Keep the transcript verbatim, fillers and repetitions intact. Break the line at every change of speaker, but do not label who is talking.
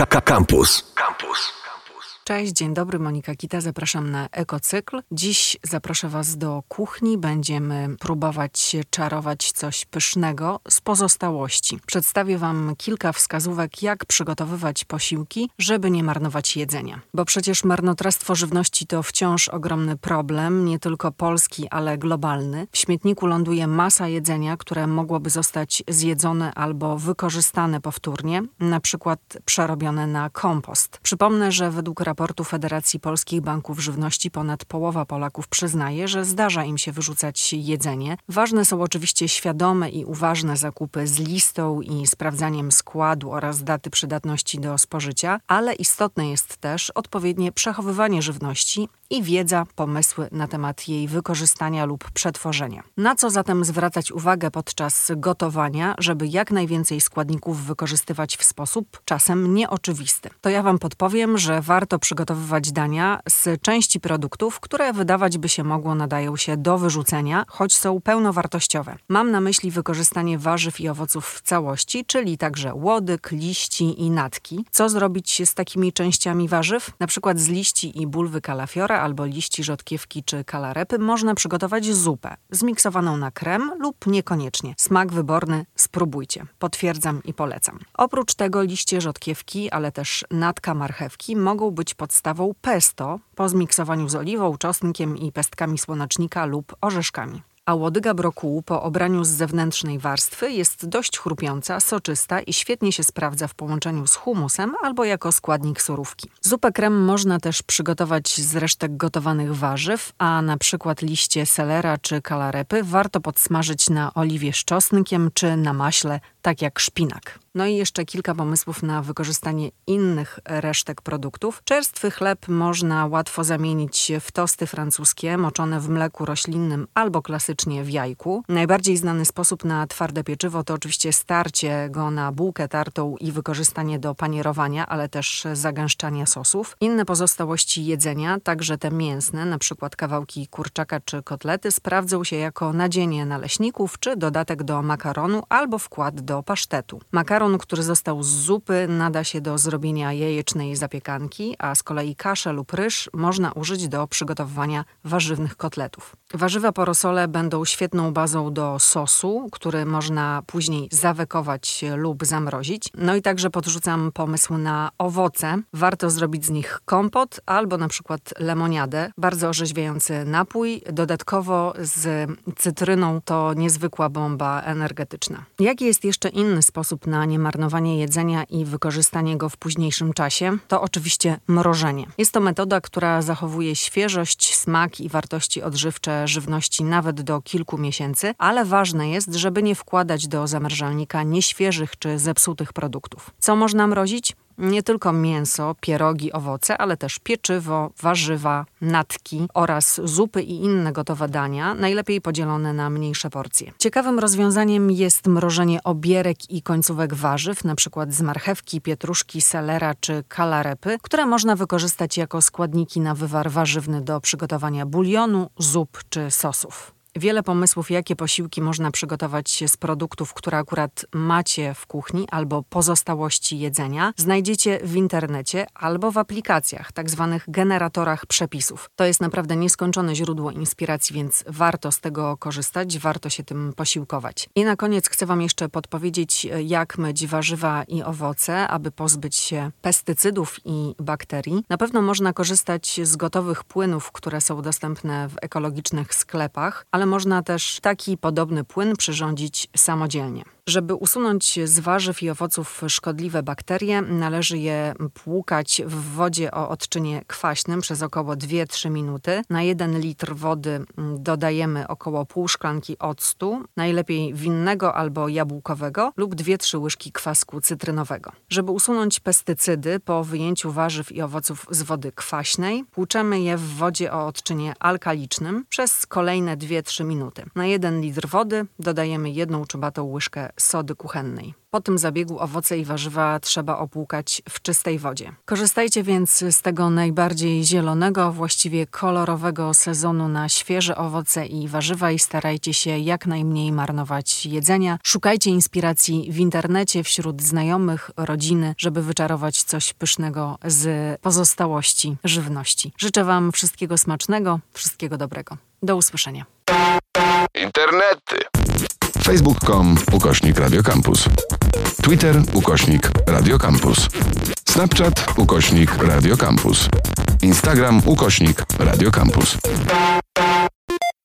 Campus. Campus.
Cześć, dzień dobry, Monika Kita, zapraszam na Ekocykl. Dziś zaproszę Was do kuchni, będziemy próbować czarować coś pysznego z pozostałości. Przedstawię Wam kilka wskazówek, jak przygotowywać posiłki, żeby nie marnować jedzenia. Bo przecież marnotrawstwo żywności to wciąż ogromny problem, nie tylko polski, ale globalny. W śmietniku ląduje masa jedzenia, które mogłoby zostać zjedzone albo wykorzystane powtórnie, na przykład przerobione na kompost. Przypomnę, że według raportu Federacji Polskich Banków Żywności ponad połowa Polaków przyznaje, że zdarza im się wyrzucać jedzenie. Ważne są oczywiście świadome i uważne zakupy z listą i sprawdzaniem składu oraz daty przydatności do spożycia, ale istotne jest też odpowiednie przechowywanie żywności i wiedza, pomysły na temat jej wykorzystania lub przetworzenia. Na co zatem zwracać uwagę podczas gotowania, żeby jak najwięcej składników wykorzystywać w sposób czasem nieoczywisty? To ja Wam podpowiem, że warto przygotowywać dania z części produktów, które wydawać by się mogło nadają się do wyrzucenia, choć są pełnowartościowe. Mam na myśli wykorzystanie warzyw i owoców w całości, czyli także łodyg, liści i natki. Co zrobić z takimi częściami warzyw? Na przykład z liści i bulwy kalafiora albo liści rzodkiewki czy kalarepy można przygotować zupę, zmiksowaną na krem lub niekoniecznie. Smak wyborny, spróbujcie. Potwierdzam i polecam. Oprócz tego liście rzodkiewki, ale też natka marchewki mogą być podstawą pesto po zmiksowaniu z oliwą, czosnkiem i pestkami słonecznika lub orzeszkami. A łodyga brokułu po obraniu z zewnętrznej warstwy jest dość chrupiąca, soczysta i świetnie się sprawdza w połączeniu z humusem albo jako składnik surówki. Zupę krem można też przygotować z resztek gotowanych warzyw, a na przykład liście selera czy kalarepy warto podsmażyć na oliwie z czosnkiem czy na maśle, tak jak szpinak. No i jeszcze kilka pomysłów na wykorzystanie innych resztek produktów. Czerstwy chleb można łatwo zamienić w tosty francuskie, moczone w mleku roślinnym albo klasycznie w jajku. Najbardziej znany sposób na twarde pieczywo to oczywiście starcie go na bułkę tartą i wykorzystanie do panierowania, ale też zagęszczania sosów. Inne pozostałości jedzenia, także te mięsne, na przykład kawałki kurczaka czy kotlety, sprawdzą się jako nadzienie naleśników czy dodatek do makaronu albo wkład do pasztetu. Makaron, który został z zupy, nada się do zrobienia jajecznej zapiekanki, a z kolei kaszę lub ryż można użyć do przygotowywania warzywnych kotletów. Warzywa porosole będą świetną bazą do sosu, który można później zawekować lub zamrozić. No i także podrzucam pomysł na owoce. Warto zrobić z nich kompot albo na przykład lemoniadę. Bardzo orzeźwiający napój. Dodatkowo z cytryną to niezwykła bomba energetyczna. Jaki jest jeszcze inny sposób na nie marnowanie jedzenia i wykorzystanie go w późniejszym czasie? To oczywiście mrożenie. Jest to metoda, która zachowuje świeżość, smak i wartości odżywcze żywności nawet do kilku miesięcy, ale ważne jest, żeby nie wkładać do zamrażalnika nieświeżych czy zepsutych produktów. Co można mrozić? Nie tylko mięso, pierogi, owoce, ale też pieczywo, warzywa, natki oraz zupy i inne gotowe dania, najlepiej podzielone na mniejsze porcje. Ciekawym rozwiązaniem jest mrożenie obierek i końcówek warzyw, np. z marchewki, pietruszki, selera czy kalarepy, które można wykorzystać jako składniki na wywar warzywny do przygotowania bulionu, zup czy sosów. Wiele pomysłów, jakie posiłki można przygotować z produktów, które akurat macie w kuchni albo pozostałości jedzenia, znajdziecie w internecie albo w aplikacjach, tak zwanych generatorach przepisów. To jest naprawdę nieskończone źródło inspiracji, więc warto z tego korzystać, warto się tym posiłkować. I na koniec chcę Wam jeszcze podpowiedzieć, jak myć warzywa i owoce, aby pozbyć się pestycydów i bakterii. Na pewno można korzystać z gotowych płynów, które są dostępne w ekologicznych sklepach, ale można też taki podobny płyn przyrządzić samodzielnie. Żeby usunąć z warzyw i owoców szkodliwe bakterie, należy je płukać w wodzie o odczynie kwaśnym przez około dwie trzy minuty. Na jeden litr wody dodajemy około pół szklanki octu, najlepiej winnego albo jabłkowego lub dwie trzy łyżki kwasku cytrynowego. Żeby usunąć pestycydy po wyjęciu warzyw i owoców z wody kwaśnej, płuczemy je w wodzie o odczynie alkalicznym przez kolejne dwie trzy minuty. Na jeden litr wody dodajemy jedną czubatą łyżkę sody kuchennej. Po tym zabiegu owoce i warzywa trzeba opłukać w czystej wodzie. Korzystajcie więc z tego najbardziej zielonego, właściwie kolorowego sezonu na świeże owoce i warzywa i starajcie się jak najmniej marnować jedzenia. Szukajcie inspiracji w internecie, wśród znajomych, rodziny, żeby wyczarować coś pysznego z pozostałości żywności. Życzę Wam wszystkiego smacznego, wszystkiego dobrego. Do usłyszenia.
Internety. Facebook kropka com ukośnik Radio Campus. Twitter ukośnik Radio Campus. Snapchat ukośnik Radio Campus. Instagram ukośnik Radio Campus.